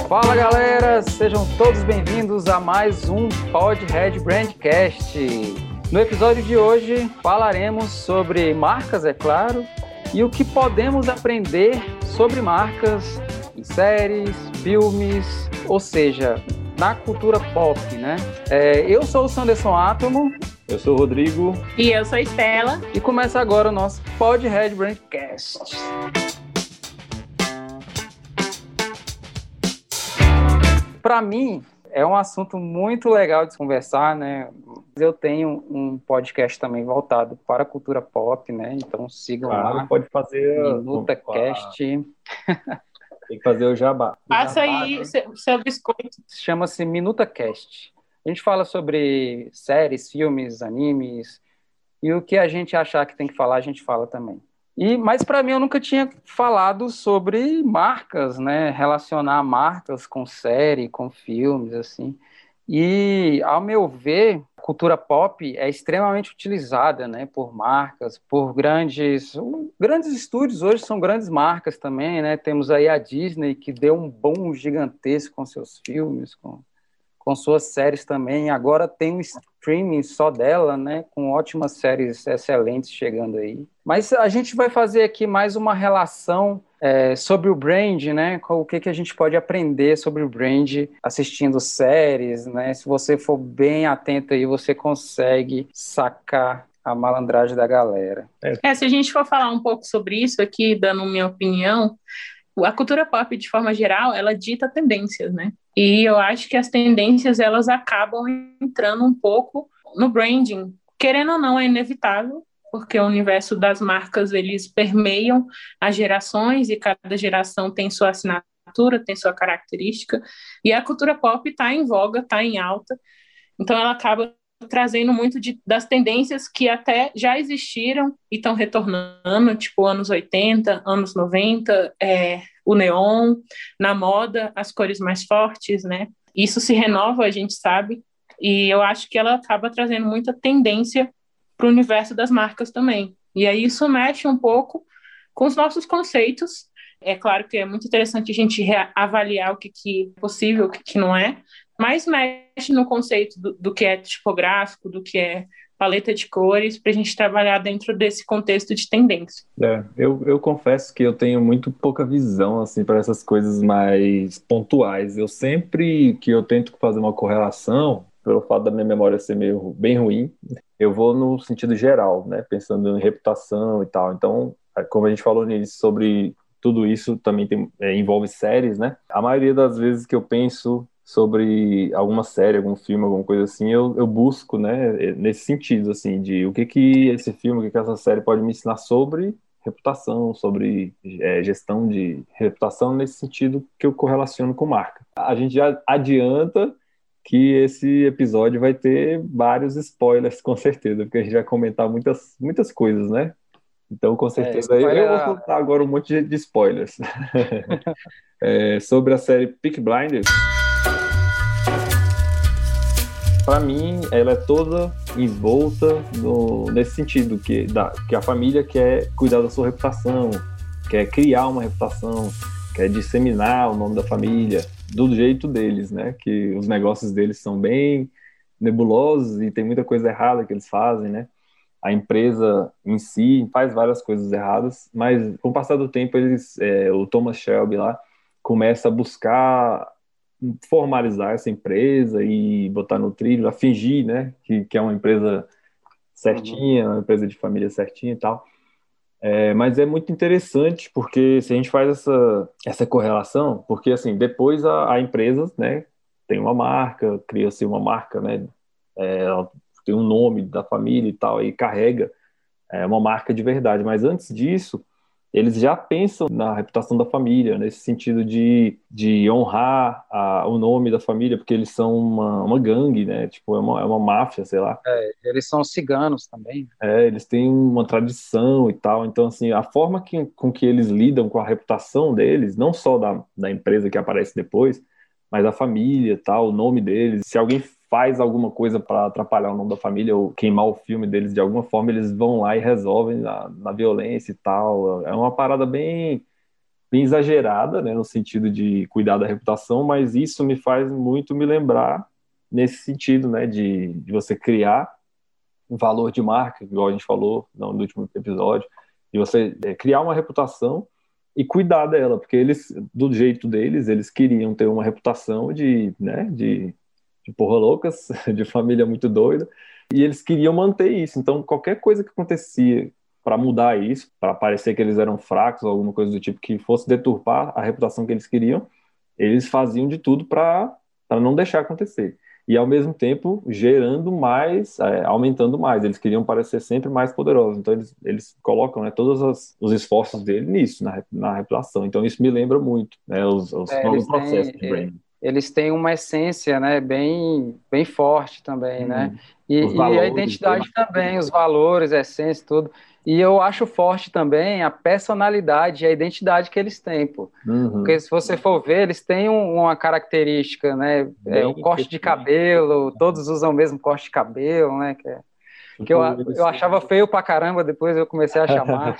Fala galera, sejam todos bem-vindos a mais um Podhead Brandcast. No episódio de hoje falaremos sobre marcas, é claro, e o que podemos aprender sobre marcas em séries, filmes, ou seja, na cultura pop, né? Eu sou o Sanderson Átomo. Eu sou o Rodrigo. E eu sou a Estela. E começa agora o nosso Podhead Brandcast. Para mim, é um assunto muito legal de se conversar, né? Eu tenho um podcast também voltado para a cultura pop, né? Então sigam lá. Pode fazer MinutaCast. Tem que fazer o jabá. Passa aí seu biscoito. Chama-se MinutaCast. A gente fala sobre séries, filmes, animes, e o que a gente achar que tem que falar, a gente fala também. Mas para mim eu nunca tinha falado sobre marcas, né? Relacionar marcas com série, com filmes, assim. E, ao meu ver, a cultura pop é extremamente utilizada, né? Por marcas, por grandes estúdios, hoje são grandes marcas também, né? Temos aí a Disney, que deu um boom gigantesco com seus filmes, com suas séries também. Agora tem um streaming só dela, né? Com ótimas séries excelentes chegando aí. Mas a gente vai fazer aqui mais uma relação sobre o brand, né? O que a gente pode aprender sobre o brand assistindo séries, né? Se você for bem atento aí, você consegue sacar a malandragem da galera. Se a gente for falar um pouco sobre isso aqui, dando minha opinião, a cultura pop, de forma geral, ela dita tendências, né? E eu acho que as tendências, elas acabam entrando um pouco no branding. Querendo ou não, é inevitável, porque o universo das marcas, eles permeiam as gerações e cada geração tem sua assinatura, tem sua característica. E a cultura pop está em voga, está em alta. Então, ela acaba trazendo muito das tendências que até já existiram e estão retornando, tipo anos 80, anos 90, o neon, na moda, as cores mais fortes, né? Isso se renova, a gente sabe, e eu acho que ela acaba trazendo muita tendência para o universo das marcas também. E aí isso mexe um pouco com os nossos conceitos. É claro que é muito interessante a gente avaliar o que é possível, o que não é, mas mexe no conceito do que é tipográfico, do que é paleta de cores, para a gente trabalhar dentro desse contexto de tendência. Eu confesso que eu tenho muito pouca visão assim, para essas coisas mais pontuais. Eu sempre que eu tento fazer uma correlação, pelo fato da minha memória ser meio bem ruim, eu vou no sentido geral, né? Pensando em reputação e tal. Então, como a gente falou nisso, sobre tudo isso também envolve séries, né? A maioria das vezes que eu penso sobre alguma série, algum filme, alguma coisa assim, eu busco, né, nesse sentido, assim, de o que esse filme, o que essa série pode me ensinar sobre reputação, sobre gestão de reputação, nesse sentido que eu correlaciono com marca. A gente já adianta que esse episódio vai ter vários spoilers, com certeza, porque a gente vai comentar muitas coisas, né? Então, com certeza, eu vou contar agora um monte de spoilers. Sobre a série Peaky Blinders, para mim, ela é toda envolta nesse sentido, que a família quer cuidar da sua reputação, quer criar uma reputação, quer disseminar o nome da família, do jeito deles, né? Que os negócios deles são bem nebulosos e tem muita coisa errada que eles fazem, né? A empresa em si faz várias coisas erradas, mas com o passar do tempo, o Thomas Shelby lá começa a buscar formalizar essa empresa e botar no trilho, a fingir, né, que é uma empresa certinha, uma empresa de família certinha e tal. Mas é muito interessante, porque se a gente faz essa correlação, porque assim, depois a empresa, né, tem uma marca, cria-se uma marca, né, ela tem um nome da família e tal, e carrega uma marca de verdade, mas antes disso, eles já pensam na reputação da família, nesse sentido de honrar o nome da família, porque eles são uma gangue, né? Tipo, é uma máfia, sei lá. Eles são ciganos também. Eles têm uma tradição e tal. Então, assim, a forma com que eles lidam com a reputação deles, não só da empresa que aparece depois, mas a família e tal, o nome deles. Se alguém faz alguma coisa para atrapalhar o nome da família ou queimar o filme deles de alguma forma, eles vão lá e resolvem na violência e tal. É uma parada bem bem exagerada, né, no sentido de cuidar da reputação, mas isso me faz muito me lembrar nesse sentido, né, de você criar um valor de marca, igual a gente falou no último episódio, de você criar uma reputação e cuidar dela, porque eles, do jeito deles, eles queriam ter uma reputação de porra loucas, de família muito doida, e eles queriam manter isso. Então, qualquer coisa que acontecia para mudar isso, para parecer que eles eram fracos ou alguma coisa do tipo que fosse deturpar a reputação que eles queriam, eles faziam de tudo para não deixar acontecer. E, ao mesmo tempo, gerando mais, aumentando mais. Eles queriam parecer sempre mais poderosos. Então, eles colocam, né, todos os esforços dele nisso, na reputação. Então, isso me lembra muito, né, os processos de branding. Eles têm uma essência, né, bem, bem forte também, né? E valores, a identidade também, os valores, a essência, tudo. E eu acho forte também a personalidade e a identidade que eles têm, pô. Porque se você for ver, eles têm uma característica, né? O corte de cabelo, todos usam o mesmo corte de cabelo, né? Que eu achava feio pra caramba, depois eu comecei a chamar.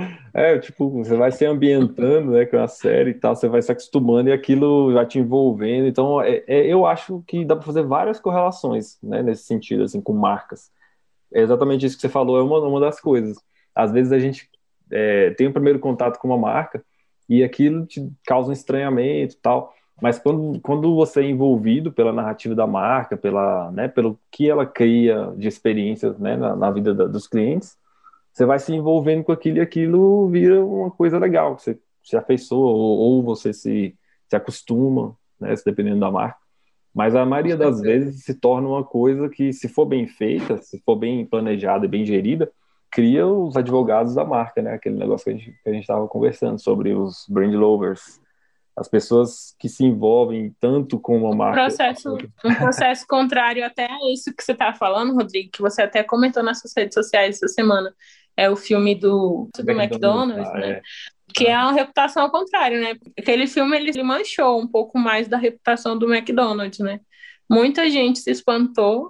Tipo, você vai se ambientando, né, com a série e tal, você vai se acostumando e aquilo vai te envolvendo. Então, eu acho que dá pra fazer várias correlações, né, nesse sentido, assim, com marcas. É exatamente isso que você falou, é uma das coisas. Às vezes a gente tem o primeiro contato com uma marca e aquilo te causa um estranhamento e tal. Mas quando você é envolvido pela narrativa da marca, pelo que ela cria de experiências, né, na vida dos clientes, você vai se envolvendo com aquilo e aquilo vira uma coisa legal. Você se afeiçoa ou você se acostuma, né, dependendo da marca. Mas a maioria das vezes se torna uma coisa que, se for bem feita, se for bem planejada e bem gerida, cria os advogados da marca, né? Aquele negócio que a gente estava conversando sobre os brand lovers. As pessoas que se envolvem tanto com uma marca... Um processo contrário até a isso que você estava falando, Rodrigo, que você até comentou nas suas redes sociais essa semana. É o filme do McDonald's, né? Que é uma reputação ao contrário, né? Aquele filme, ele manchou um pouco mais da reputação do McDonald's, né? Muita gente se espantou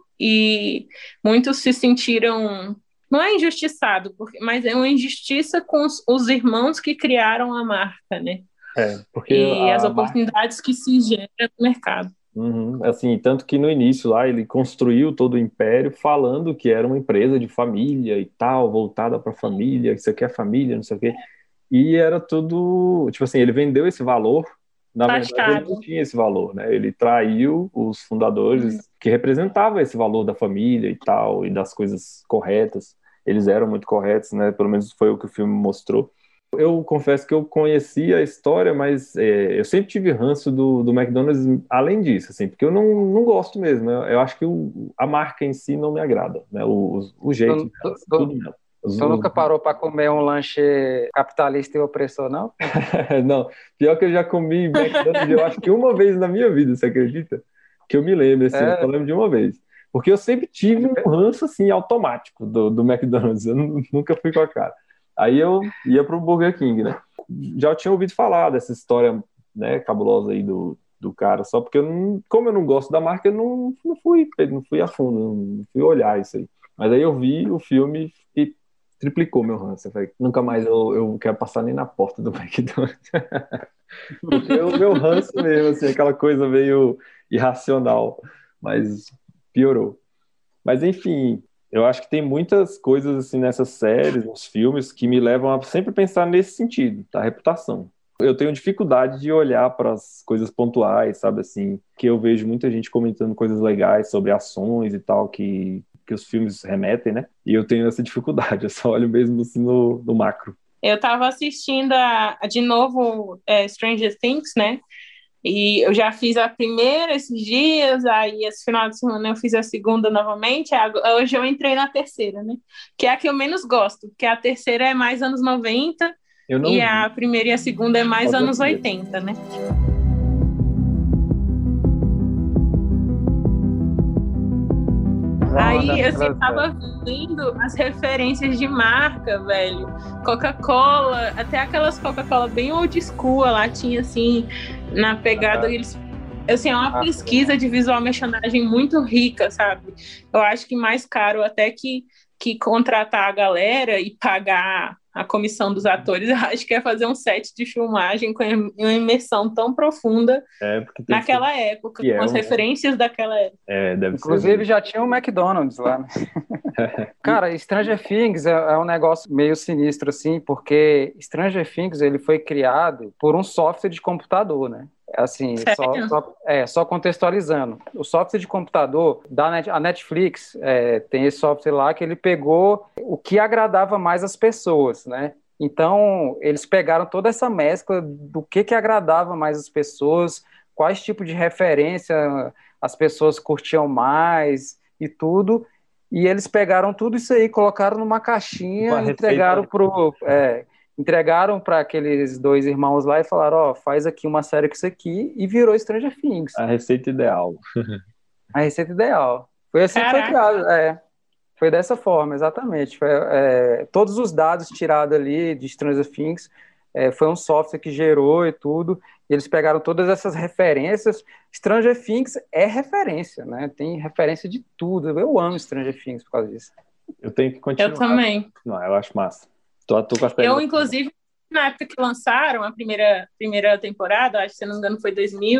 e muitos se sentiram... Não é injustiçado, mas é uma injustiça com os irmãos que criaram a marca, né? Porque e as oportunidades que se geram no mercado. Assim, tanto que no início lá ele construiu todo o império falando que era uma empresa de família e tal, voltada para a família, isso aqui é família, não sei o quê. E era tudo, tipo assim, ele vendeu esse valor, na verdade ele não tinha esse valor, né? Ele traiu os fundadores que representavam esse valor da família e tal, e das coisas corretas. Eles eram muito corretos, né? Pelo menos foi o que o filme mostrou. Eu confesso que eu conhecia a história, mas eu sempre tive ranço do McDonald's além disso, assim, porque eu não gosto mesmo. Eu acho que a marca em si não me agrada, né? O jeito, tudo mesmo. Você nunca parou para comer um lanche capitalista e opressor, não? Não, pior que eu já comi McDonald's, eu acho que uma vez na minha vida, você acredita? Que eu me lembro, assim, eu lembro de uma vez. Porque eu sempre tive um ranço, assim, automático do McDonald's, eu nunca fui com a cara. Aí eu ia pro Burger King, né? Já tinha ouvido falar dessa história, né, cabulosa aí do cara, só porque como eu não gosto da marca, eu não fui a fundo, não fui olhar isso aí. Mas aí eu vi o filme e triplicou meu ranço. Eu falei, nunca mais eu quero passar nem na porta do McDonald's. Porque o meu ranço mesmo, assim, aquela coisa meio irracional, mas piorou. Mas enfim, eu acho que tem muitas coisas assim nessas séries, nos filmes, que me levam a sempre pensar nesse sentido, da reputação. Eu tenho dificuldade de olhar para as coisas pontuais, sabe, assim, que eu vejo muita gente comentando coisas legais sobre ações e tal, que os filmes remetem, né? E eu tenho essa dificuldade, eu só olho mesmo assim no macro. Eu tava assistindo de novo Stranger Things, né? E eu já fiz a primeira esses dias, aí esse final de semana eu fiz a segunda novamente, hoje eu entrei na terceira, né? Que é a que eu menos gosto, porque a terceira é mais anos 90 e a primeira e a segunda é mais anos 80, né? Aí eu tava vendo as referências de marca, velho. Coca-Cola, até aquelas Coca-Cola bem old school lá tinha assim, na pegada eles. Assim, é uma pesquisa de visual merchandising muito rica, sabe? Eu acho que mais caro até que contratar a galera e pagar a comissão dos atores, eu acho que é fazer um set de filmagem com uma imersão tão profunda naquela época, com as referências daquela época. Deve Inclusive, ser. já tinha um McDonald's lá, né? Cara, Stranger Things é um negócio meio sinistro, assim, porque Stranger Things ele foi criado por um software de computador, né? Assim, só contextualizando. O software de computador a Netflix tem esse software lá que ele pegou o que agradava mais as pessoas, né? Então, eles pegaram toda essa mescla do que agradava mais as pessoas, quais tipos de referência as pessoas curtiam mais e tudo, e eles pegaram tudo isso aí, colocaram numa caixinha e entregaram para aqueles dois irmãos lá e falaram, faz aqui uma série com isso aqui, e virou Stranger Things. A receita ideal. A receita ideal. Foi assim que foi criado, foi dessa forma, exatamente. Todos os dados tirados ali de Stranger Things, foi um software que gerou e tudo, e eles pegaram todas essas referências. Stranger Things é referência, né? Tem referência de tudo. Eu amo Stranger Things por causa disso. Eu tenho que continuar. Eu também. Não, eu acho massa. Tô com as Eu, inclusive, na época que lançaram a primeira temporada, acho que, se não me engano, foi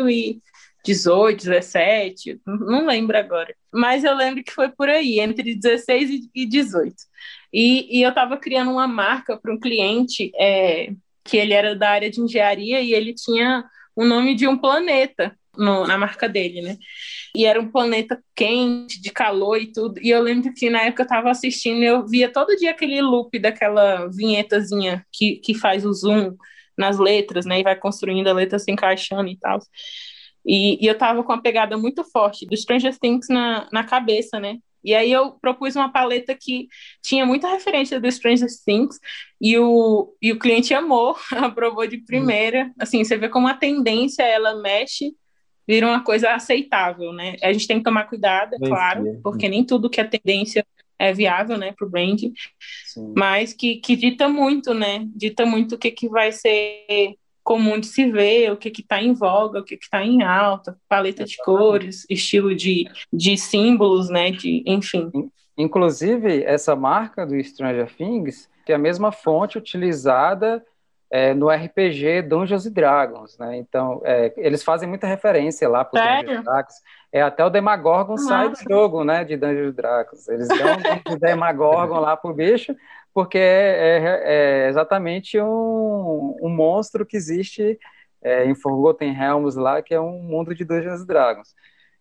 2018, 17, não lembro agora. Mas eu lembro que foi por aí, entre 16 e 18. E eu estava criando uma marca para um cliente que ele era da área de engenharia e ele tinha o nome de um planeta na marca dele, né? E era um planeta quente, de calor e tudo. E eu lembro que na época eu estava assistindo e eu via todo dia aquele loop daquela vinhetazinha que faz o zoom nas letras, né? E vai construindo a letra se encaixando e tal. E eu estava com uma pegada muito forte do Stranger Things na cabeça, né? E aí eu propus uma paleta que tinha muita referência do Stranger Things e o cliente amou, aprovou de primeira. Assim, você vê como a tendência, ela mexe, vira uma coisa aceitável, né? A gente tem que tomar cuidado, claro, porque nem tudo que é tendência é viável, né, para o branding, mas que dita muito, né? Dita muito o que vai ser comum de se ver, o que está em voga, o que está em alta, paleta de cores, estilo de símbolos, né? Enfim. Inclusive, essa marca do Stranger Things é a mesma fonte utilizada no RPG Dungeons & Dragons, né? Então, eles fazem muita referência lá para os Dungeons & Dragons. Até o Demagorgon sai do jogo, né, de Dungeons & Dragons. Eles dão o Demagorgon lá pro bicho, porque é exatamente um monstro que existe em Forgotten Realms lá, que é um mundo de Dungeons & Dragons.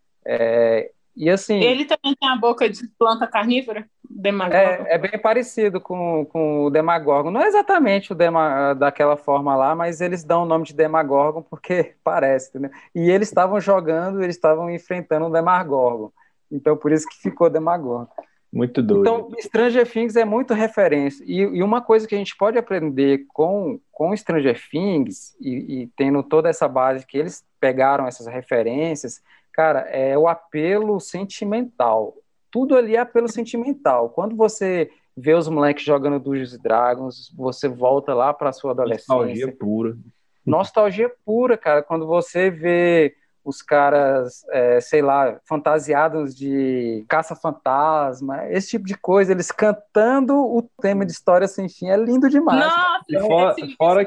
E assim... Ele também tem a boca de planta carnívora? Demagorgon. É bem parecido com o Demagorgon. Não é exatamente daquela forma lá, mas eles dão o nome de Demagorgon porque parece, né? E eles estavam enfrentando o Demagorgon. Então, por isso que ficou Demagorgon. Muito doido. Então, Stranger Things é muito referência. E uma coisa que a gente pode aprender com Stranger Things, e tendo toda essa base que eles pegaram essas referências, cara, é o apelo sentimental. Tudo ali é apelo sentimental. Quando você vê os moleques jogando Dungeons & Dragons, você volta lá para a sua adolescência. Nostalgia pura. Nostalgia pura, cara. Quando você vê os caras, sei lá, fantasiados de caça-fantasma, esse tipo de coisa, eles cantando o tema de História Sem Fim, é lindo demais. Nossa, fora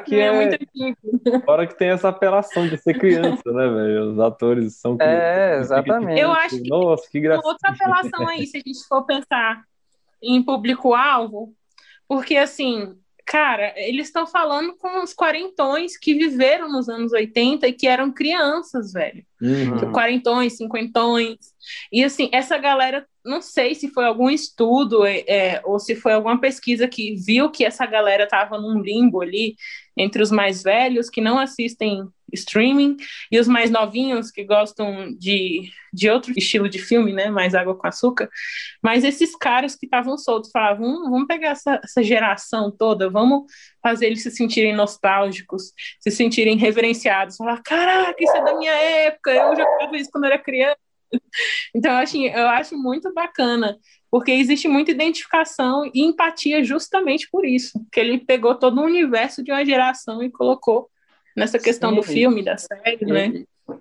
que tem essa apelação de ser criança, né, velho? Os atores são crianças. Exatamente. Eu acho que nossa, que graça. Outra apelação aí, se a gente for pensar em público-alvo, porque assim, cara, eles estão falando com os quarentões que viveram nos anos 80 e que eram crianças, velho. Quarentões, cinquentões. E assim, essa galera, não sei se foi algum estudo ou se foi alguma pesquisa que viu que essa galera estava num limbo ali entre os mais velhos que não assistem streaming e os mais novinhos que gostam de outro estilo de filme, né, mais água com açúcar, mas esses caras que estavam soltos falavam, vamos pegar essa geração toda, vamos fazer eles se sentirem nostálgicos, se sentirem reverenciados, falar, caraca, isso é da minha época, eu jogava isso quando era criança. Então, eu acho muito bacana, porque existe muita identificação e empatia justamente por isso, que ele pegou todo o universo de uma geração e colocou nessa questão do filme, da série, né?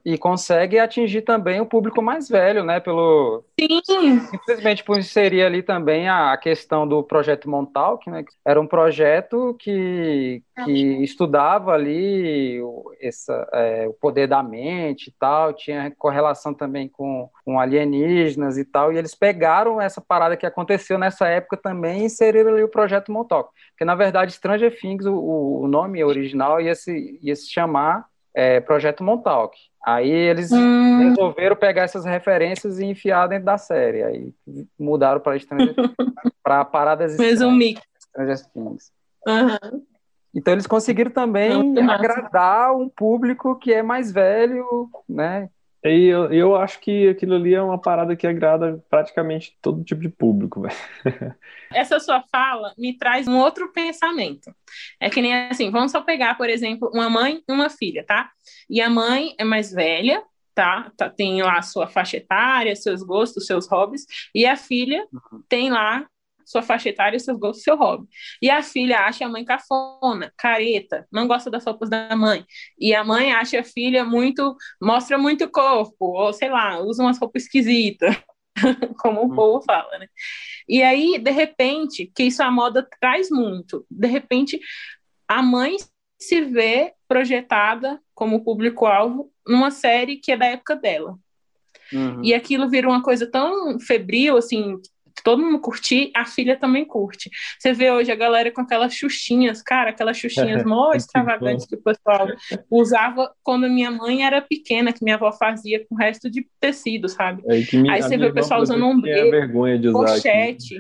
E consegue atingir também o público mais velho, né? Sim. Simplesmente por inserir ali também a questão do projeto Montauk, né? Era um projeto que estudava ali o poder da mente e tal, tinha correlação também com alienígenas e tal, e eles pegaram essa parada que aconteceu nessa época também e inseriram ali o projeto Montauk. Porque, na verdade, Stranger Things, o nome original ia se chamar Projeto Montauk. Aí eles resolveram pegar essas referências e enfiar dentro da série. Aí mudaram para paradas estranhas. Stranger Things. Uhum. Então eles conseguiram também agradar um público que é mais velho, né? E eu acho que aquilo ali é uma parada que agrada praticamente todo tipo de público, velho. Essa sua fala me traz um outro pensamento. É que nem assim, vamos só pegar, por exemplo, uma mãe e uma filha, tá? E a mãe é mais velha, tá? Tem lá a sua faixa etária, seus gostos, seus hobbies, e a filha tem lá sua faixa etária, seus gostos, seu hobby. E a filha acha a mãe cafona, careta, não gosta das roupas da mãe. E a mãe acha a filha mostra muito corpo, ou sei lá, usa umas roupas esquisitas, como o povo fala, né? E aí, de repente, que isso a moda traz muito, de repente, a mãe se vê projetada como público-alvo numa série que é da época dela. E aquilo vira uma coisa tão febril, assim, todo mundo curtir, a filha também curte. Você vê hoje a galera com aquelas xuxinhas, cara, aquelas xuxinhas mó extravagantes que o pessoal usava quando minha mãe era pequena, que minha avó fazia com o resto de tecido, sabe? Aí você vê o pessoal usando ombreira, vergonha de usar pochete.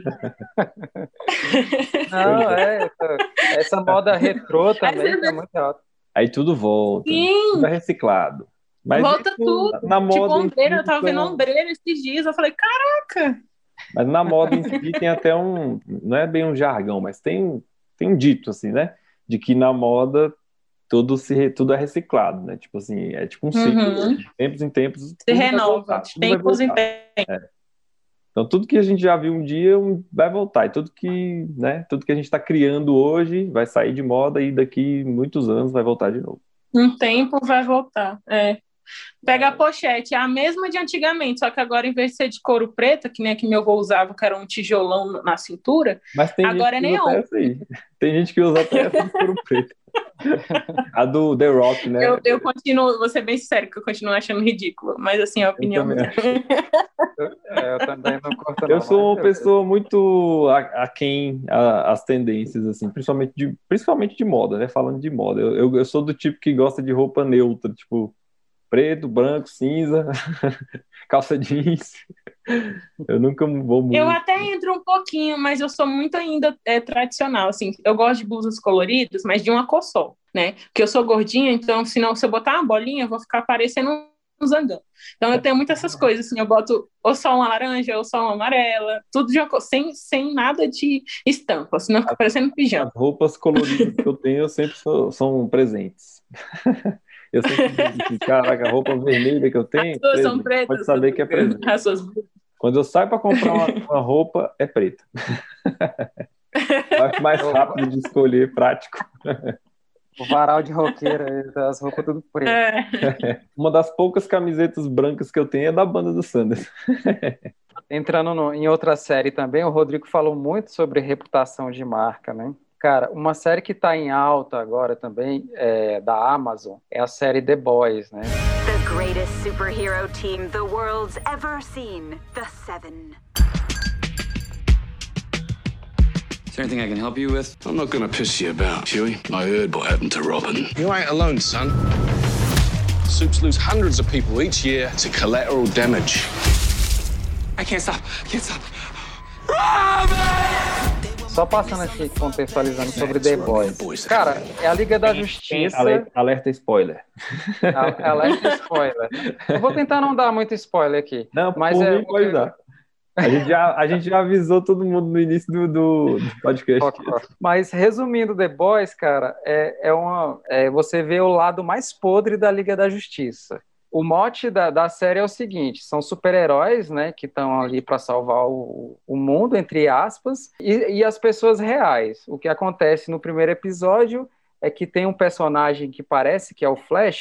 Não, essa moda retrô também é muito alta. Aí tudo volta, tudo é reciclado. Mas volta tudo. Na moda tipo, ombreira, eu tava vendo ombreira esses dias, eu falei, caraca! Mas na moda em si tem até não é bem um jargão, mas tem um dito, assim, né? De que na moda tudo é reciclado, né? Tipo assim, é tipo um ciclo, de tempos em tempos. Se renova, de tempos em tempos. Então tudo que a gente já viu um dia vai voltar. E tudo que a gente está criando hoje vai sair de moda e daqui muitos anos vai voltar de novo. Um tempo vai voltar, Pega a pochete, é a mesma de antigamente, só que agora, em vez de ser de couro preto, que nem a que meu avô usava, que era um tijolão na cintura, mas tem agora gente é que usa neon. até essa aí. Tem gente que usa até essa de couro preto. A do The Rock, né? Eu continuo, vou ser bem sincero, que eu continuo achando ridículo, mas assim, é a opinião minha. Eu também não curto. Eu sou uma pessoa muito aquém as tendências, assim, principalmente de moda, né? Falando de moda. Eu sou do tipo que gosta de roupa neutra, tipo, preto, branco, cinza, calça jeans. Eu nunca vou muito. Eu até entro um pouquinho, mas eu sou muito ainda tradicional, assim. Eu gosto de blusas coloridas, mas de uma cor só, né? Porque eu sou gordinha, então se eu botar uma bolinha, eu vou ficar parecendo um zangão. Então eu tenho muitas essas coisas, assim. Eu boto ou só uma laranja, ou só uma amarela, tudo de uma cor, sem nada de estampa, senão fica parecendo pijama. As roupas coloridas que eu tenho sempre são presentes. Eu sempre digo, caraca, a roupa vermelha que eu tenho, as suas são pretas, pode saber que é presente. As suas... Quando eu saio para comprar uma roupa, é preta. Acho mais rápido de escolher, prático. O varal de roqueira, as roupas tudo pretas. Uma das poucas camisetas brancas que eu tenho é da banda do Sanders. Entrando em outra série também, o Rodrigo falou muito sobre reputação de marca, né? Cara, uma série que está em alta agora também, da Amazon, é a série The Boys, né? The greatest superhero team the world's ever seen, the Seven. Is there anything I can help you with? I'm not gonna piss you about, Huey. I heard what happened to Robin. You ain't alone, son. Supes lose hundreds of people each year to collateral damage. I can't stop. Robin! Só passando aqui, contextualizando sobre The Boys. Cara, é a Liga da Justiça... Alerta spoiler. Alerta spoiler. Eu vou tentar não dar muito spoiler aqui. Não, mas pode dar. A gente já avisou todo mundo no início do podcast. Mas, resumindo, The Boys, cara, você vê o lado mais podre da Liga da Justiça. O mote da série é o seguinte, são super-heróis, né, que estão ali para salvar o mundo, entre aspas, e as pessoas reais. O que acontece no primeiro episódio é que tem um personagem que parece que é o Flash,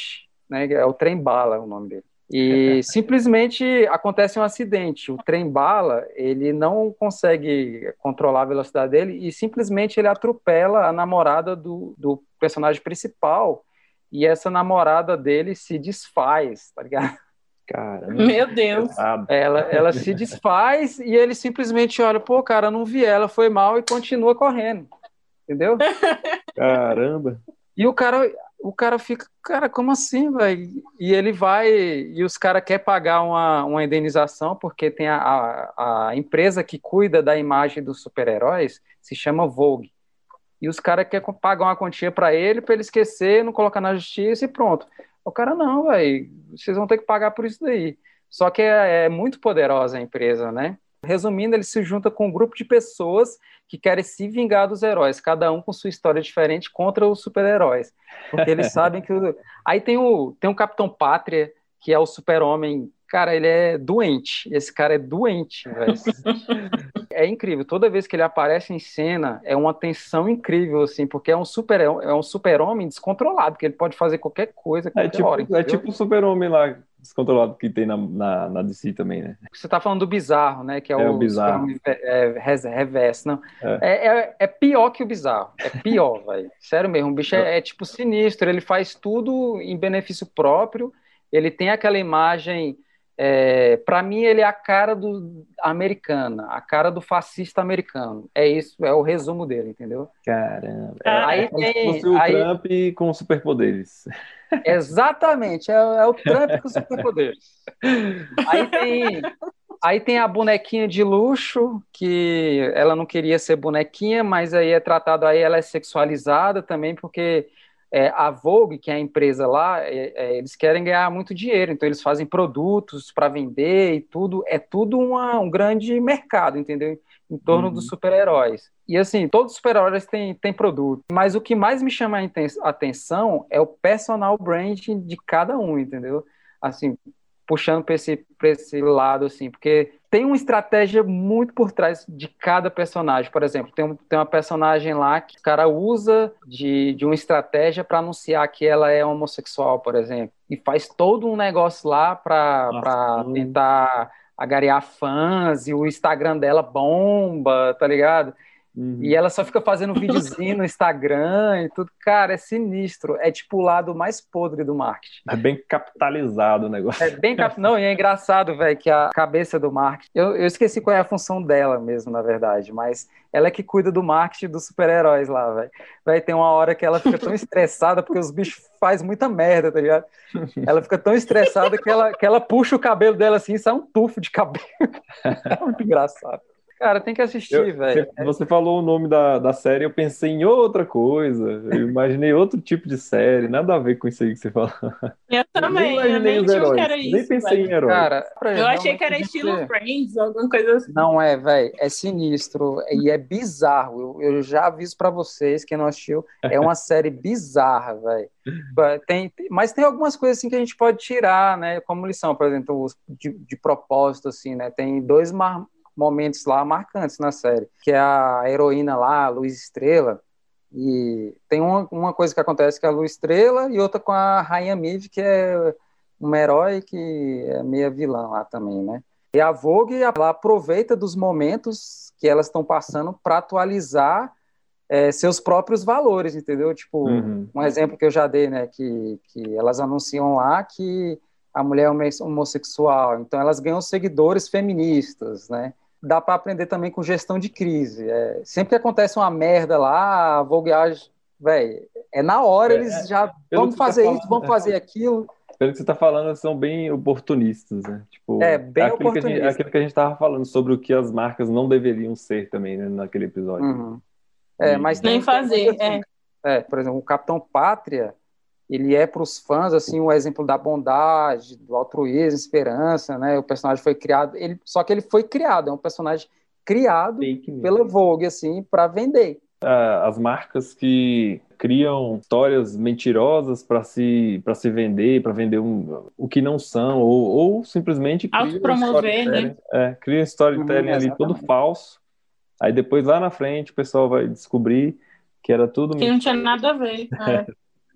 né? É o trem-bala o nome dele. E simplesmente acontece um acidente. O trem-bala, ele não consegue controlar a velocidade dele e simplesmente ele atropela a namorada do personagem principal e essa namorada dele se desfaz, tá ligado? Caramba. Meu Deus. Ela se desfaz e ele simplesmente olha, pô, cara, não vi ela, foi mal e continua correndo, entendeu? Caramba. E o cara fica, cara, como assim, velho? E ele vai, e os caras querem pagar uma indenização, porque tem a empresa que cuida da imagem dos super-heróis, se chama Vogue. E os caras querem pagar uma quantia para ele esquecer, não colocar na justiça e pronto. O cara, não, velho, vocês vão ter que pagar por isso daí. Só que é muito poderosa a empresa, né? Resumindo, ele se junta com um grupo de pessoas que querem se vingar dos heróis, cada um com sua história diferente contra os super-heróis. Porque eles sabem que... Aí tem o Capitão Pátria, que é o super-homem. Cara, ele é doente. Esse cara é doente, velho. É incrível. Toda vez que ele aparece em cena, é uma tensão incrível, assim, porque é um super-homem descontrolado, que ele pode fazer qualquer coisa, qualquer hora. Entendeu? É tipo o super-homem lá, descontrolado, que tem na DC também, né? Você tá falando do Bizarro, né? Que é o Bizarro. reverso, não. É pior que o Bizarro. É pior, velho. Sério mesmo. O bicho é tipo sinistro. Ele faz tudo em benefício próprio. Ele tem aquela imagem... para mim, ele é a cara do americana, a cara do fascista americano. É isso, é o resumo dele, entendeu? Caramba. Aí como se fosse o Trump com superpoderes. Exatamente, é o Trump com superpoderes. Aí tem a bonequinha de luxo, que ela não queria ser bonequinha, mas aí é tratado, aí ela é sexualizada também, porque a Vogue, que é a empresa lá, eles querem ganhar muito dinheiro, então eles fazem produtos para vender e tudo, é tudo um grande mercado, entendeu? Em torno dos super-heróis. E assim, todos os super-heróis têm produto, mas o que mais me chama a atenção é o personal branding de cada um, entendeu? Assim, puxando para esse lado, assim, porque tem uma estratégia muito por trás de cada personagem. Por exemplo, tem uma personagem lá que o cara usa de uma estratégia para anunciar que ela é homossexual, por exemplo, e faz todo um negócio lá para tentar agariar fãs, e o Instagram dela bomba, tá ligado? E ela só fica fazendo videozinho no Instagram e tudo. Cara, é sinistro. É tipo o lado mais podre do marketing. É bem capitalizado o negócio. Não, e é engraçado, velho, que a cabeça do marketing... Eu esqueci qual é a função dela mesmo, na verdade, mas ela é que cuida do marketing dos super-heróis lá, velho. Vai ter uma hora que ela fica tão estressada porque os bichos fazem muita merda, tá ligado? Ela fica tão estressada que ela puxa o cabelo dela assim e sai um tufo de cabelo. É muito engraçado. Cara, tem que assistir, velho. Você falou o nome da série, eu pensei em outra coisa. Eu imaginei outro tipo de série, nada a ver com isso aí que você falou. Eu também, eu nem heróis, que era isso. Nem pensei em heróis. Cara, eu achei que era estilo Friends, alguma coisa assim. Não é, velho, é sinistro e é bizarro. Eu já aviso pra vocês, quem não assistiu, é uma série bizarra, velho. Mas tem algumas coisas assim que a gente pode tirar, né, como lição, por exemplo, de propósito, assim, né, tem dois momentos lá marcantes na série, que é a heroína lá, a Luz Estrela, e tem uma coisa que acontece com a Luz Estrela e outra com a Rainha Mive, que é uma herói que é meia vilã lá também, né? E a Vogue, ela aproveita dos momentos que elas estão passando para atualizar seus próprios valores, entendeu? Tipo, um exemplo que eu já dei, né, que elas anunciam lá que a mulher é homossexual, então elas ganham seguidores feministas, né? Dá para aprender também com gestão de crise. Sempre que acontece uma merda lá, a Vogue age, velho, na hora eles já vamos fazer isso, vamos fazer aquilo. Pelo que você está falando, são bem oportunistas, né? Tipo, bem oportunistas. Aquilo que a gente estava falando sobre o que as marcas não deveriam ser também, né, naquele episódio. Mas nem fazer, por exemplo, o Capitão Pátria, ele é para os fãs assim um exemplo da bondade, do altruísmo, esperança, né? O personagem foi criado, só que ele foi criado, é um personagem criado pela Vogue assim para vender. As marcas que criam histórias mentirosas para se vender, para vender o que não são, ou simplesmente autopromover, né? Cria um storytelling ali todo falso. Aí depois lá na frente o pessoal vai descobrir que era tudo que não tinha nada a ver.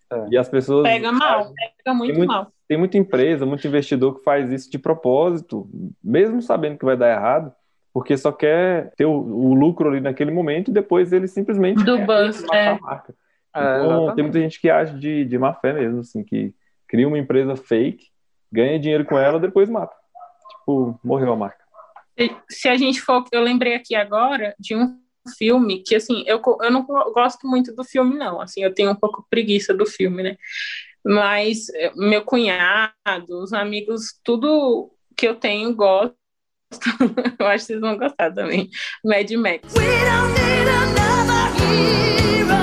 E as pessoas... Pega mal, pega muito mal. Tem muita empresa, muito investidor que faz isso de propósito, mesmo sabendo que vai dar errado, porque só quer ter o lucro ali naquele momento e depois ele simplesmente Do quer buzz, matar a marca. Então, tem muita gente que age de má fé mesmo, assim, que cria uma empresa fake, ganha dinheiro com ela, depois mata. Tipo, morreu a marca. Se a gente for... Eu lembrei aqui agora de um filme que, assim, eu não gosto muito do filme, não. Assim, eu tenho um pouco preguiça do filme, né? Mas meu cunhado, os amigos, tudo que eu tenho, gosto. Eu acho que vocês vão gostar também. Mad Max. We don't need another hero.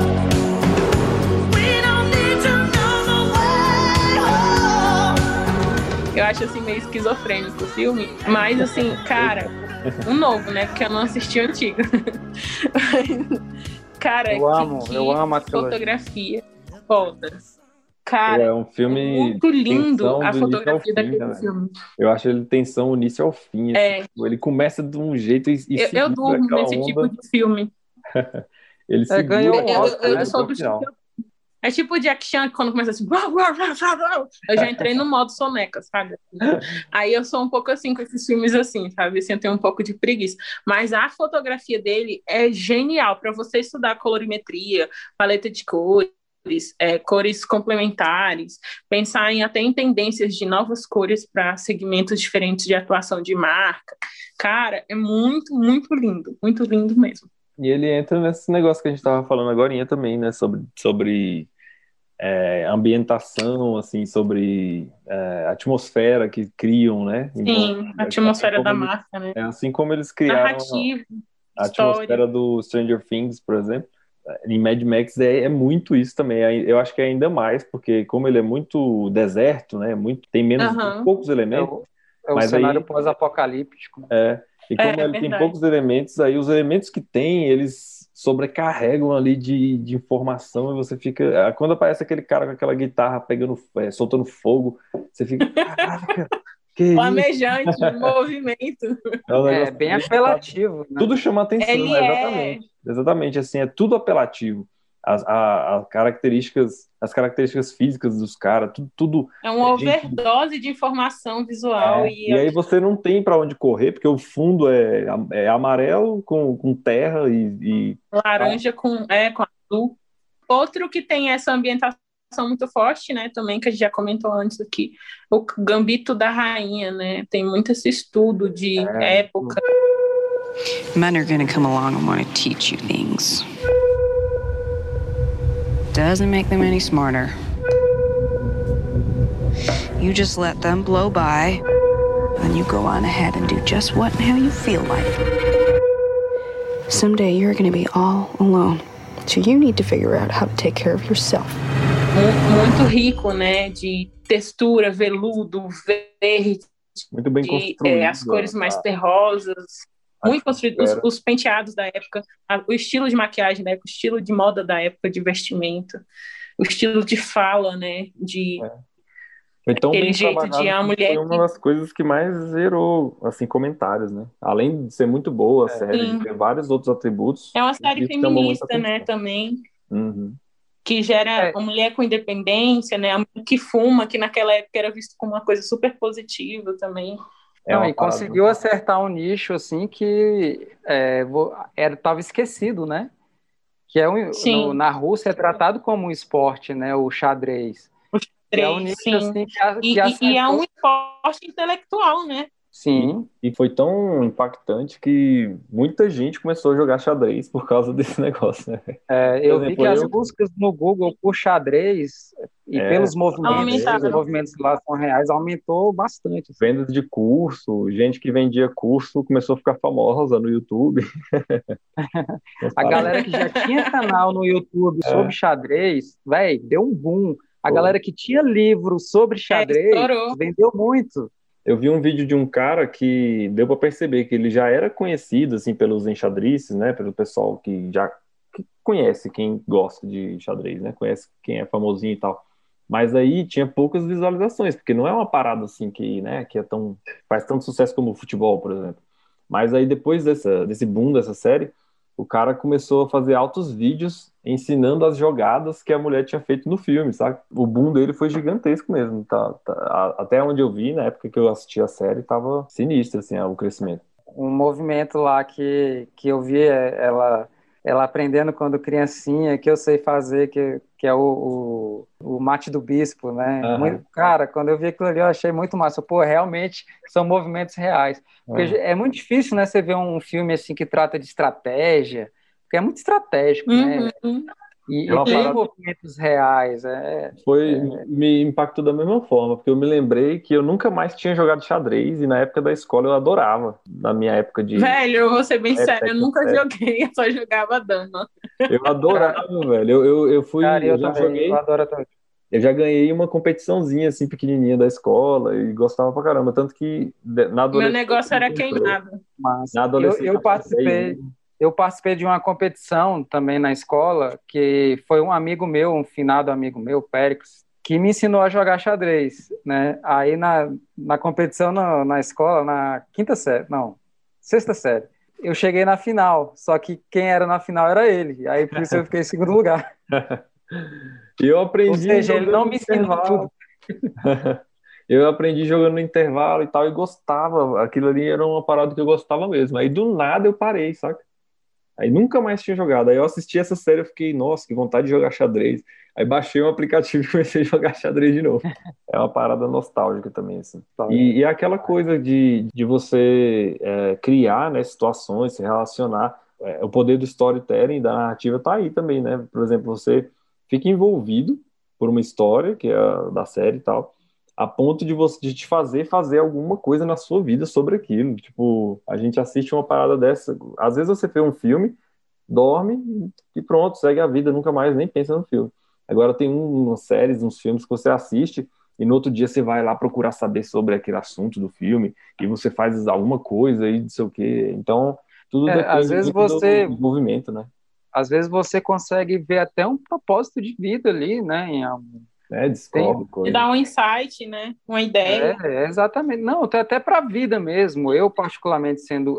We don't need to know the way home. Eu acho, assim, meio esquizofrênico o filme. Mas, assim, cara, um novo, né? Porque eu não assisti o antigo. Cara, eu amo a fotografia foda. Cara, é um filme muito lindo a do fotografia início ao fim, daquele filme. Eu acho ele tensão do início ao fim. Assim, tipo, ele começa de um jeito e eu durmo nesse onda. tipo de filme. Ele segura ganhou eu sou do tipo. É tipo o Jack Chan, que quando começa assim, eu já entrei no modo soneca, sabe? Aí eu sou um pouco assim com esses filmes assim, sabe? Assim, eu tenho um pouco de preguiça. Mas a fotografia dele é genial para você estudar colorimetria, paleta de cores, cores complementares, pensar até em tendências de novas cores para segmentos diferentes de atuação de marca. Cara, é muito, muito lindo mesmo. E ele entra nesse negócio que a gente estava falando agorinha também, né? Sobre ambientação, assim, sobre atmosfera que criam, né? Sim, a atmosfera da marca, né? Assim como eles criaram narrativa, a atmosfera do Stranger Things, por exemplo. Em Mad Max é muito isso também. Eu acho que é ainda mais, porque como ele é muito deserto, né? Tem poucos elementos. É o cenário pós-apocalíptico. E como ele tem poucos elementos, aí os elementos que tem, eles sobrecarregam ali de informação e você fica... Quando aparece aquele cara com aquela guitarra soltando fogo, você fica... Caraca, que flamejante, movimento. É bem apelativo. Né? Tudo chama atenção, exatamente. Exatamente, assim, é tudo apelativo. As características físicas dos caras, tudo é uma overdose de informação visual. E aí você não tem para onde correr, porque o fundo é amarelo com terra e laranja com azul. Outro que tem essa ambientação muito forte, né, também, que a gente já comentou antes aqui, o Gambito da Rainha, né, tem muito esse estudo de época. Men are gonna come along and want to teach you things. Doesn't make them any smarter. You just let them blow by, and you go on ahead and do just what and how you feel like. Someday you're gonna be all alone, so you need to figure out how to take care of yourself. Muito rico, né, de textura, veludo, verde, muito bem construído, as cores mais terrosas, muito construído, os penteados da época, o estilo de maquiagem da época, o estilo de moda da época, de vestimento, o estilo de fala, né, então, aquele jeito de a mulher... Foi uma das coisas que mais gerou, assim, comentários, né? Além de ser muito boa a série, de ter vários outros atributos. É uma série feminista, né, também. Uhum. Que gera uma mulher com independência, né? A mulher que fuma, que naquela época era visto como uma coisa super positiva também. E conseguiu acertar um nicho, assim, que estava esquecido, né? Que na Rússia é tratado como um esporte, né? O xadrez. É um nicho, assim, e é um esporte intelectual, né? Sim. E foi tão impactante que muita gente começou a jogar xadrez por causa desse negócio, né? Eu vi que as buscas no Google por xadrez e pelos movimentos lá são reais, aumentou bastante. Assim. Vendas de curso, gente que vendia curso começou a ficar famosa no YouTube. A galera que já tinha canal no YouTube sobre xadrez, deu um boom. A galera que tinha livro sobre xadrez vendeu muito. Eu vi um vídeo de um cara que deu para perceber que ele já era conhecido assim pelos enxadristas, né, pelo pessoal que conhece quem gosta de xadrez, né, conhece quem é famosinho e tal. Mas aí tinha poucas visualizações, porque não é uma parada assim que faz tanto sucesso como o futebol, por exemplo. Mas aí depois desse boom dessa série, o cara começou a fazer altos vídeos ensinando as jogadas que a mulher tinha feito no filme, sabe? O boom dele foi gigantesco mesmo. Até onde eu vi, na época que eu assisti a série, tava sinistro, assim, o crescimento. Um movimento lá que eu vi ela aprendendo quando criancinha, que eu sei fazer, que é o mate do bispo, né? Cara, quando eu vi aquilo ali, eu achei muito massa. Pô, realmente são movimentos reais. Porque é muito difícil, né, você ver um filme assim que trata de estratégia, porque é muito estratégico, né? E tem movimentos reais. Me impactou da mesma forma, porque eu me lembrei que eu nunca mais tinha jogado xadrez e na época da escola eu adorava. Na minha época de... Velho, eu vou ser bem sério, eu nunca joguei, eu só jogava dama. Eu adorava, velho. Eu fui... Cara, eu já também, joguei... eu adoro também. Eu já ganhei uma competiçãozinha, assim, pequenininha da escola e gostava pra caramba. Tanto que na adolescência... Meu negócio era queimado. Mas na adolescência eu participei de uma competição também na escola, que foi um amigo meu, um finado amigo meu, Péricles, que me ensinou a jogar xadrez, né? Aí na competição na escola, na sexta série, eu cheguei na final, só que quem era na final era ele, aí por isso eu fiquei em segundo lugar. E eu aprendi... Ou seja, ele não me ensinou tudo. Eu aprendi jogando no intervalo e tal, e gostava, aquilo ali era uma parada que eu gostava mesmo. Aí do nada eu parei, saca? Aí nunca mais tinha jogado. Aí eu assisti essa série e fiquei, nossa, que vontade de jogar xadrez. Aí baixei um aplicativo e comecei a jogar xadrez de novo. É uma parada nostálgica também, assim. E aquela coisa de você criar, né, situações, se relacionar. O poder do storytelling, da narrativa tá aí também, né? Por exemplo, você fica envolvido por uma história, que é a da série e tal, a ponto de te fazer alguma coisa na sua vida sobre aquilo. Tipo, a gente assiste uma parada dessa. Às vezes você vê um filme, dorme e pronto, segue a vida, nunca mais nem pensa no filme. Agora tem umas séries, uns filmes que você assiste e no outro dia você vai lá procurar saber sobre aquele assunto do filme e você faz alguma coisa e não sei o quê. Então, tudo depende às vezes do movimento, né? Às vezes você consegue ver até um propósito de vida ali, né? Descobre coisa. E dá um insight, né? Uma ideia. Exatamente. Não, até para a vida mesmo. Eu, particularmente, sendo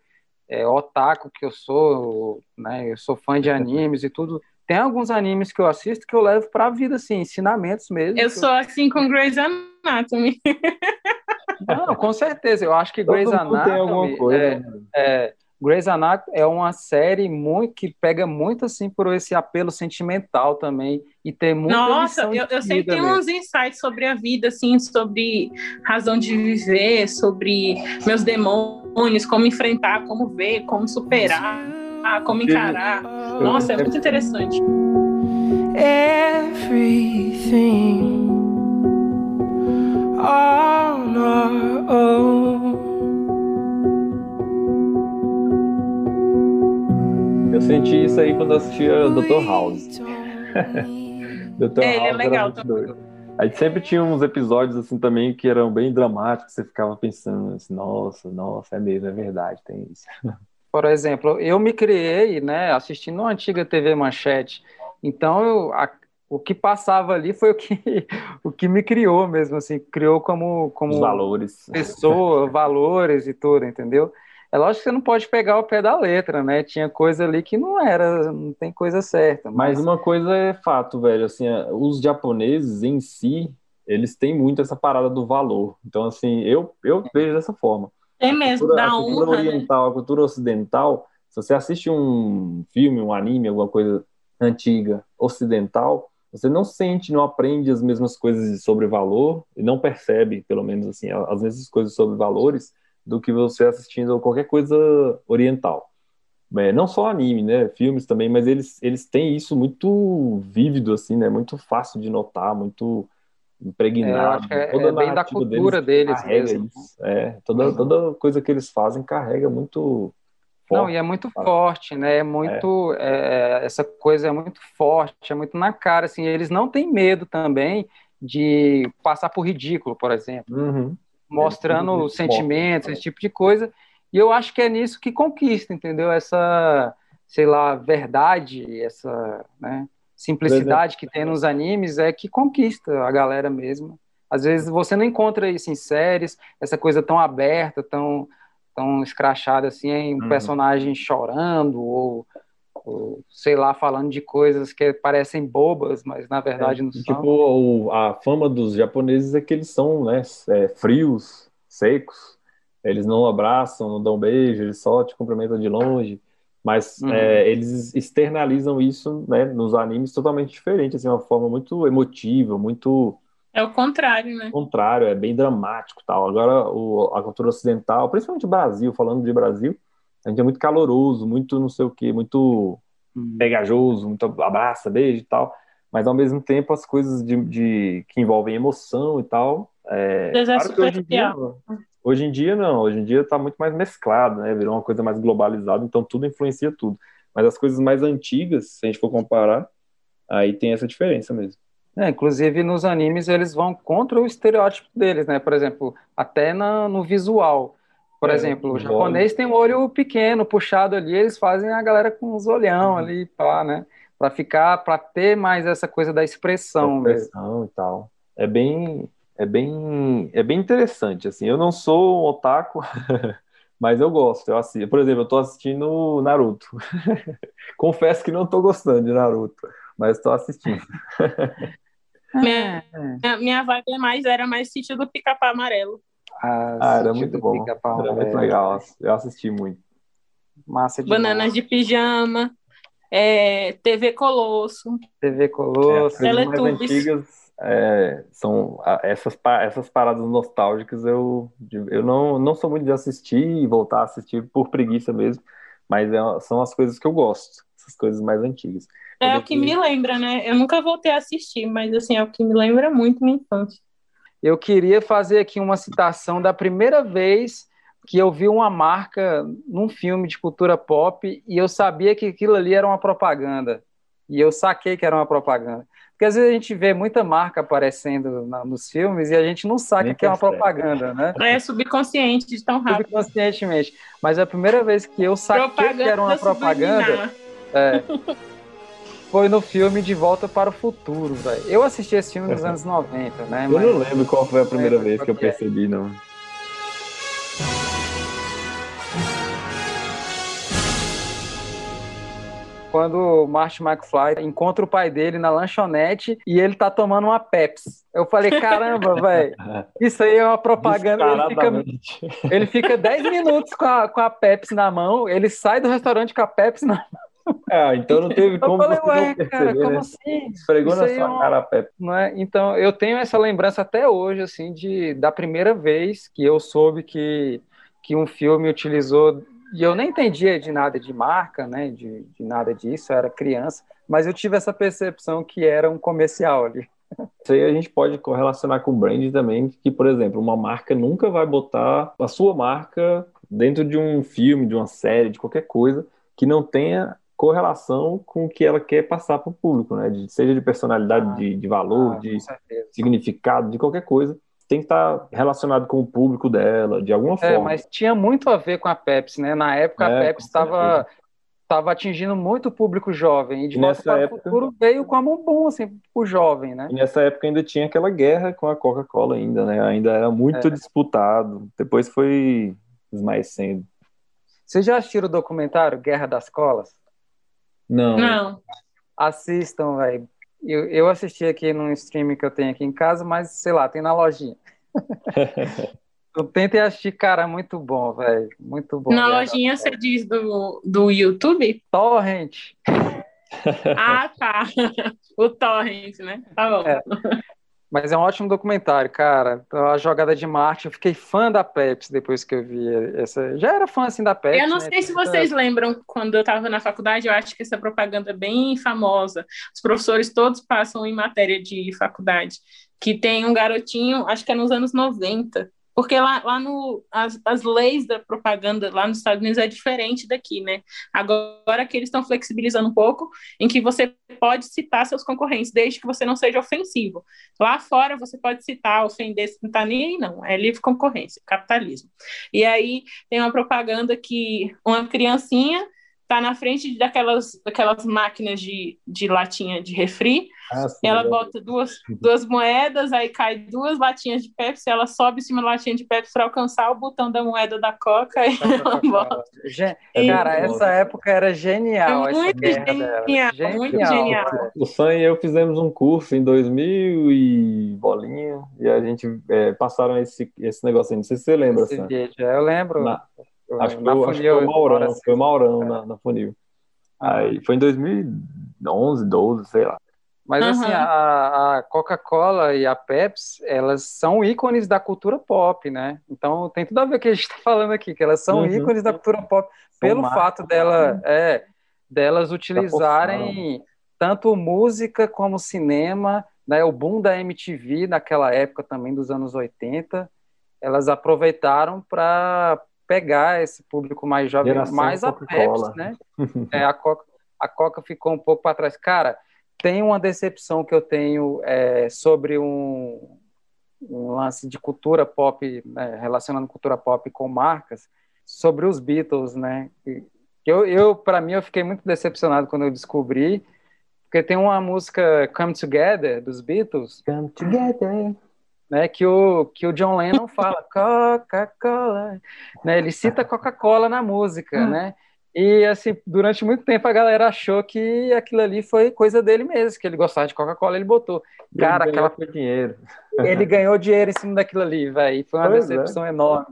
otaku que eu sou, né? Eu sou fã de animes e tudo. Tem alguns animes que eu assisto que eu levo para a vida, assim, ensinamentos mesmo. Eu sou assim com Grey's Anatomy. Não, com certeza. Eu acho que Grey's Anatomy tem alguma coisa. Grey's Anatomy é uma série que pega muito assim por esse apelo sentimental também e tem muita Nossa, lição eu sempre tenho uns insights sobre a vida, assim, sobre razão de viver, sobre meus demônios, como enfrentar, como ver, como superar, como encarar. Nossa, é muito interessante. Everything on our own. Eu senti isso aí quando assistia Dr. House. Dr. Ele House é legal era muito doido. Aí sempre tinha uns episódios assim também que eram bem dramáticos, você ficava pensando assim, nossa, é mesmo, é verdade, tem isso. Por exemplo, eu me criei, né, assistindo uma antiga TV Manchete, então o que passava ali foi o que me criou mesmo, assim, criou como os valores. Pessoa, valores e tudo, entendeu? É lógico que você não pode pegar o pé da letra, né? Tinha coisa ali que não tem coisa certa. Mas uma coisa é fato, velho, assim, os japoneses em si, eles têm muito essa parada do valor. Então, assim, eu vejo dessa forma. É mesmo, a cultura oriental, né? A cultura ocidental, se você assiste um filme, um anime, alguma coisa antiga, ocidental, você não sente, não aprende as mesmas coisas sobre valor e não percebe, pelo menos assim, as mesmas coisas sobre valores do que você assistindo qualquer coisa oriental. Não só anime, né, filmes também, mas eles têm isso muito vívido, assim, né, muito fácil de notar, muito impregnado. Eu acho que é bem da cultura deles mesmo. Isso. Toda coisa que eles fazem carrega muito forte. Não, e é muito forte, né, essa coisa é muito forte, é muito na cara, assim, eles não têm medo também de passar por ridículo, por exemplo. Uhum. Mostrando sentimentos, esse tipo de coisa, e eu acho que é nisso que conquista, entendeu? Essa, sei lá, verdade, essa, né, simplicidade que tem nos animes é que conquista a galera mesmo. Às vezes você não encontra isso em séries, essa coisa tão aberta, tão tão escrachado assim, em um personagem chorando ou, sei lá, falando de coisas que parecem bobas, mas na verdade não são. Tipo, a fama dos japoneses é que eles são, né, frios, secos. Eles não abraçam, não dão beijo, eles só te cumprimentam de longe. Mas eles externalizam isso, né, nos animes totalmente diferente, assim, uma forma muito emotiva, muito... É o contrário, né? O contrário, é bem dramático e tal. Agora, a cultura ocidental, principalmente o Brasil, falando de Brasil, a gente é muito caloroso, muito não sei o quê, muito pegajoso, muito abraça, beijo e tal. Mas, ao mesmo tempo, as coisas que envolvem emoção e tal... Claro que hoje em dia não, hoje em dia está muito mais mesclado, né? Virou uma coisa mais globalizada, então tudo influencia tudo. Mas as coisas mais antigas, se a gente for comparar, aí tem essa diferença mesmo. Inclusive nos animes eles vão contra o estereótipo deles, né? Por exemplo, até no visual. Por exemplo, o japonês tem um olho pequeno, puxado ali, eles fazem a galera com os olhão ali, pá, né? Para ter mais essa coisa da expressão mesmo. E tal. É bem interessante, assim. Eu não sou um otaku, mas eu gosto, eu assisto. Por exemplo, eu tô assistindo Naruto. Confesso que não tô gostando de Naruto, mas tô assistindo. Minha vibe era mais sítio do Pica-Pau Amarelo. Era muito bom. Era muito legal. Eu assisti muito. Massa demais. Bananas de Pijama, TV Colosso. As coisas mais antigas são essas paradas nostálgicas. Eu não sou muito de assistir e voltar a assistir por preguiça mesmo, mas são as coisas que eu gosto, essas coisas mais antigas. É o que me lembra, né? Eu nunca voltei a assistir, mas assim, é o que me lembra muito minha infância. Eu queria fazer aqui uma citação da primeira vez que eu vi uma marca num filme de cultura pop e eu sabia que aquilo ali era uma propaganda. E eu saquei que era uma propaganda. Porque às vezes a gente vê muita marca aparecendo nos filmes e a gente não saca que é uma propaganda, né? É subconsciente de tão rápido. Subconscientemente. Mas a primeira vez que eu saquei que era uma propaganda foi no filme De Volta para o Futuro, velho. Eu assisti esse filme nos anos 90, né? Eu não lembro qual foi a primeira vez que eu percebi, não. Quando o Marty McFly encontra o pai dele na lanchonete e ele tá tomando uma Pepsi. Eu falei, caramba, velho, isso aí é uma propaganda. Ele fica 10 minutos com a Pepsi na mão, ele sai do restaurante com a Pepsi na mão. Então não teve como eu falei, você não perceber, cara, como né? assim? Esfregou na sua cara a Pepsi. Não é? Então, eu tenho essa lembrança até hoje, assim, da primeira vez que eu soube que um filme utilizou, e eu nem entendia de nada de marca, né, de nada disso, eu era criança, mas eu tive essa percepção que era um comercial ali. Isso aí a gente pode correlacionar com o brand também, que, por exemplo, uma marca nunca vai botar a sua marca dentro de um filme, de uma série, de qualquer coisa, que não tenha correlação com o que ela quer passar para o público, né? Seja de personalidade, de valor, de significado, de qualquer coisa, tem que estar relacionado com o público dela, de alguma forma. Mas tinha muito a ver com a Pepsi, né? Na época a Pepsi estava atingindo muito o público jovem, e De Volta para o Futuro veio como um boom, assim, pro jovem, né? E nessa época ainda tinha aquela guerra com a Coca-Cola ainda, né? Ainda era muito disputado, depois foi esmaecendo. Vocês já assistiram o documentário Guerra das Colas? Não. Assistam, velho. Eu assisti aqui num streaming que eu tenho aqui em casa, mas, sei lá, tem na lojinha. Eu tentei assistir, cara, muito bom, velho. Muito bom. Na lojinha você diz do YouTube? Torrent. Ah, tá. O Torrent, né? Tá bom. Mas é um ótimo documentário, cara. A jogada de marketing. Eu fiquei fã da Pepsi depois que eu vi essa. Já era fã, assim, da Pepsi. Eu não sei se vocês lembram, quando eu estava na faculdade, eu acho que essa propaganda é bem famosa. Os professores todos passam em matéria de faculdade. Que tem um garotinho, acho que é nos anos 90. Porque lá as leis da propaganda lá nos Estados Unidos é diferente daqui, né? Agora que eles estão flexibilizando um pouco, em que você pode citar seus concorrentes, desde que você não seja ofensivo. Lá fora você pode citar, ofender, você não tá nem aí, não. É livre concorrência, capitalismo. E aí tem uma propaganda que uma criancinha tá na frente daquelas máquinas de latinha de refri, sim, ela bota duas moedas, aí cai 2 latinhas de Pepsi, ela sobe em cima da latinha de Pepsi para alcançar o botão da moeda da Coca e ela bota. Cara, essa época era genial. É muito genial, muito genial. O Sam e eu fizemos um curso em 2000 e bolinha, e a gente passaram esse negócio aí, não sei se você lembra, Sam. Eu lembro. Acho que foi o Maurão na Funil. Aí, foi em 2011, 12, sei lá. Mas assim, a Coca-Cola e a Pepsi, elas são ícones da cultura pop, né? Então tem tudo a ver com o que a gente está falando aqui, que elas são ícones da cultura pop pelo fato delas utilizarem tanto música como cinema, né? O boom da MTV naquela época também dos anos 80, elas aproveitaram para pegar esse público mais jovem, mais a Pepsi, né? A Coca ficou um pouco para trás. Cara, tem uma decepção que eu tenho sobre um lance de cultura pop, né, relacionando cultura pop com marcas, sobre os Beatles, né? Para mim, eu fiquei muito decepcionado quando eu descobri, porque tem uma música Come Together, dos Beatles. Come Together. Né, que o John Lennon fala Coca-Cola, né, ele cita Coca-Cola na música, né, e assim, durante muito tempo a galera achou que aquilo ali foi coisa dele mesmo, que ele gostava de Coca-Cola, ele botou. Cara, dinheiro. Ele ganhou dinheiro em cima daquilo ali, velho, foi uma decepção enorme.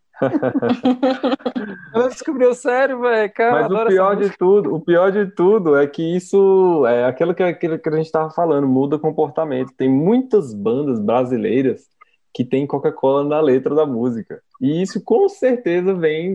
Ela descobriu sério, velho. Mas o pior de tudo é que isso é aquilo que a gente estava falando, muda comportamento. Tem muitas bandas brasileiras que tem Coca-Cola na letra da música. E isso com certeza vem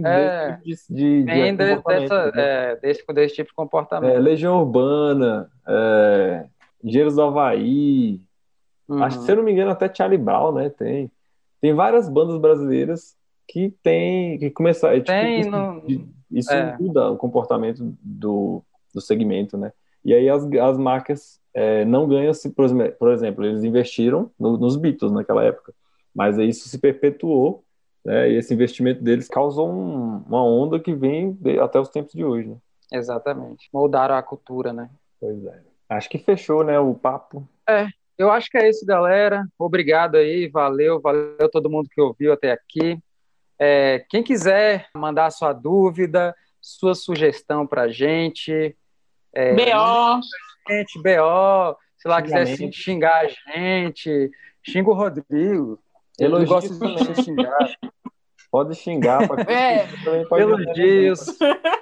desse tipo de comportamento. Legião Urbana, Engenheiros do Havaí, acho que, se eu não me engano, até Charlie Brown, né? Tem várias bandas brasileiras que começar. Isso muda o comportamento do segmento, né? E aí as marcas não ganham, por exemplo, eles investiram nos Beatles naquela época, mas aí isso se perpetuou, né? E esse investimento deles causou uma onda que vem até os tempos de hoje, né? Exatamente. Moldaram a cultura, né? Pois é. Acho que fechou, né, o papo. Eu acho que é isso, galera. Obrigado aí, valeu todo mundo que ouviu até aqui. Quem quiser mandar sua dúvida, sua sugestão pra gente, BO, sei lá, quiser xingar a gente, xinga o Rodrigo. Ele gosta de xingar. Pode xingar. Elogios.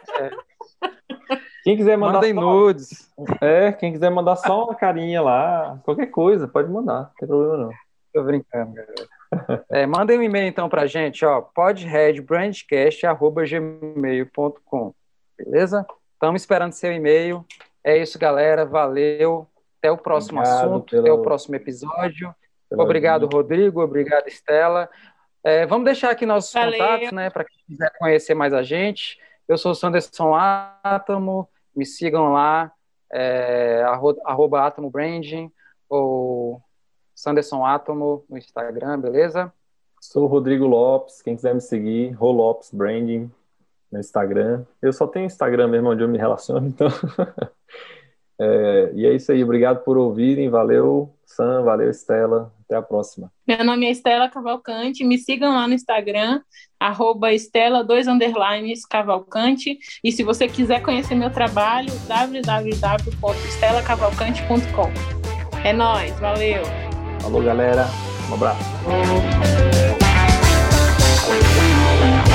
Quem quiser mandar mandem nudes. Quem quiser mandar só uma carinha lá, qualquer coisa, pode mandar, não tem problema não. Tô brincando, galera. Mandem um e-mail então pra gente, podheadbrandcast@gmail.com, beleza? Estamos esperando seu e-mail. É isso, galera. Valeu. Até o próximo assunto, até o próximo episódio. Obrigado, Rodrigo. Obrigado, Estela. Vamos deixar aqui nossos contatos, né? Para quem quiser conhecer mais a gente. Eu sou o Sanderson Átomo. Me sigam lá, @AtomoBranding ou Sanderson Átomo no Instagram, beleza? Sou o Rodrigo Lopes. Quem quiser me seguir, Rolopes Branding no Instagram. Eu só tenho Instagram mesmo onde eu me relaciono, então. E é isso aí. Obrigado por ouvirem. Valeu, Sam. Valeu, Estela. Até a próxima. Meu nome é Estela Cavalcante. Me sigam lá no Instagram, @Estela_Cavalcante. E se você quiser conhecer meu trabalho, www.estelacavalcante.com. É nóis. Valeu. Falou, galera. Um abraço.